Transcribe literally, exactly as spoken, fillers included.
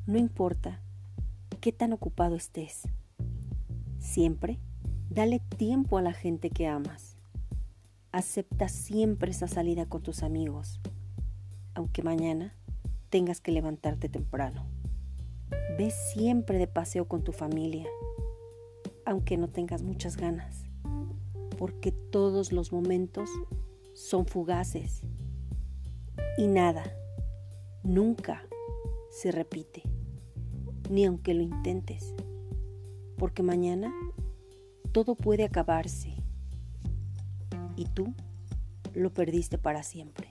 No importa qué tan ocupado estés, siempre dale tiempo a la gente que amas. Acepta siempre esa salida con tus amigos, aunque mañana tengas que levantarte temprano. Ve siempre de paseo con tu familia, aunque no tengas muchas ganas, porque todos los momentos son fugaces y nada, nunca se repite, ni aunque lo intentes, porque mañana todo puede acabarse y tú lo perdiste para siempre.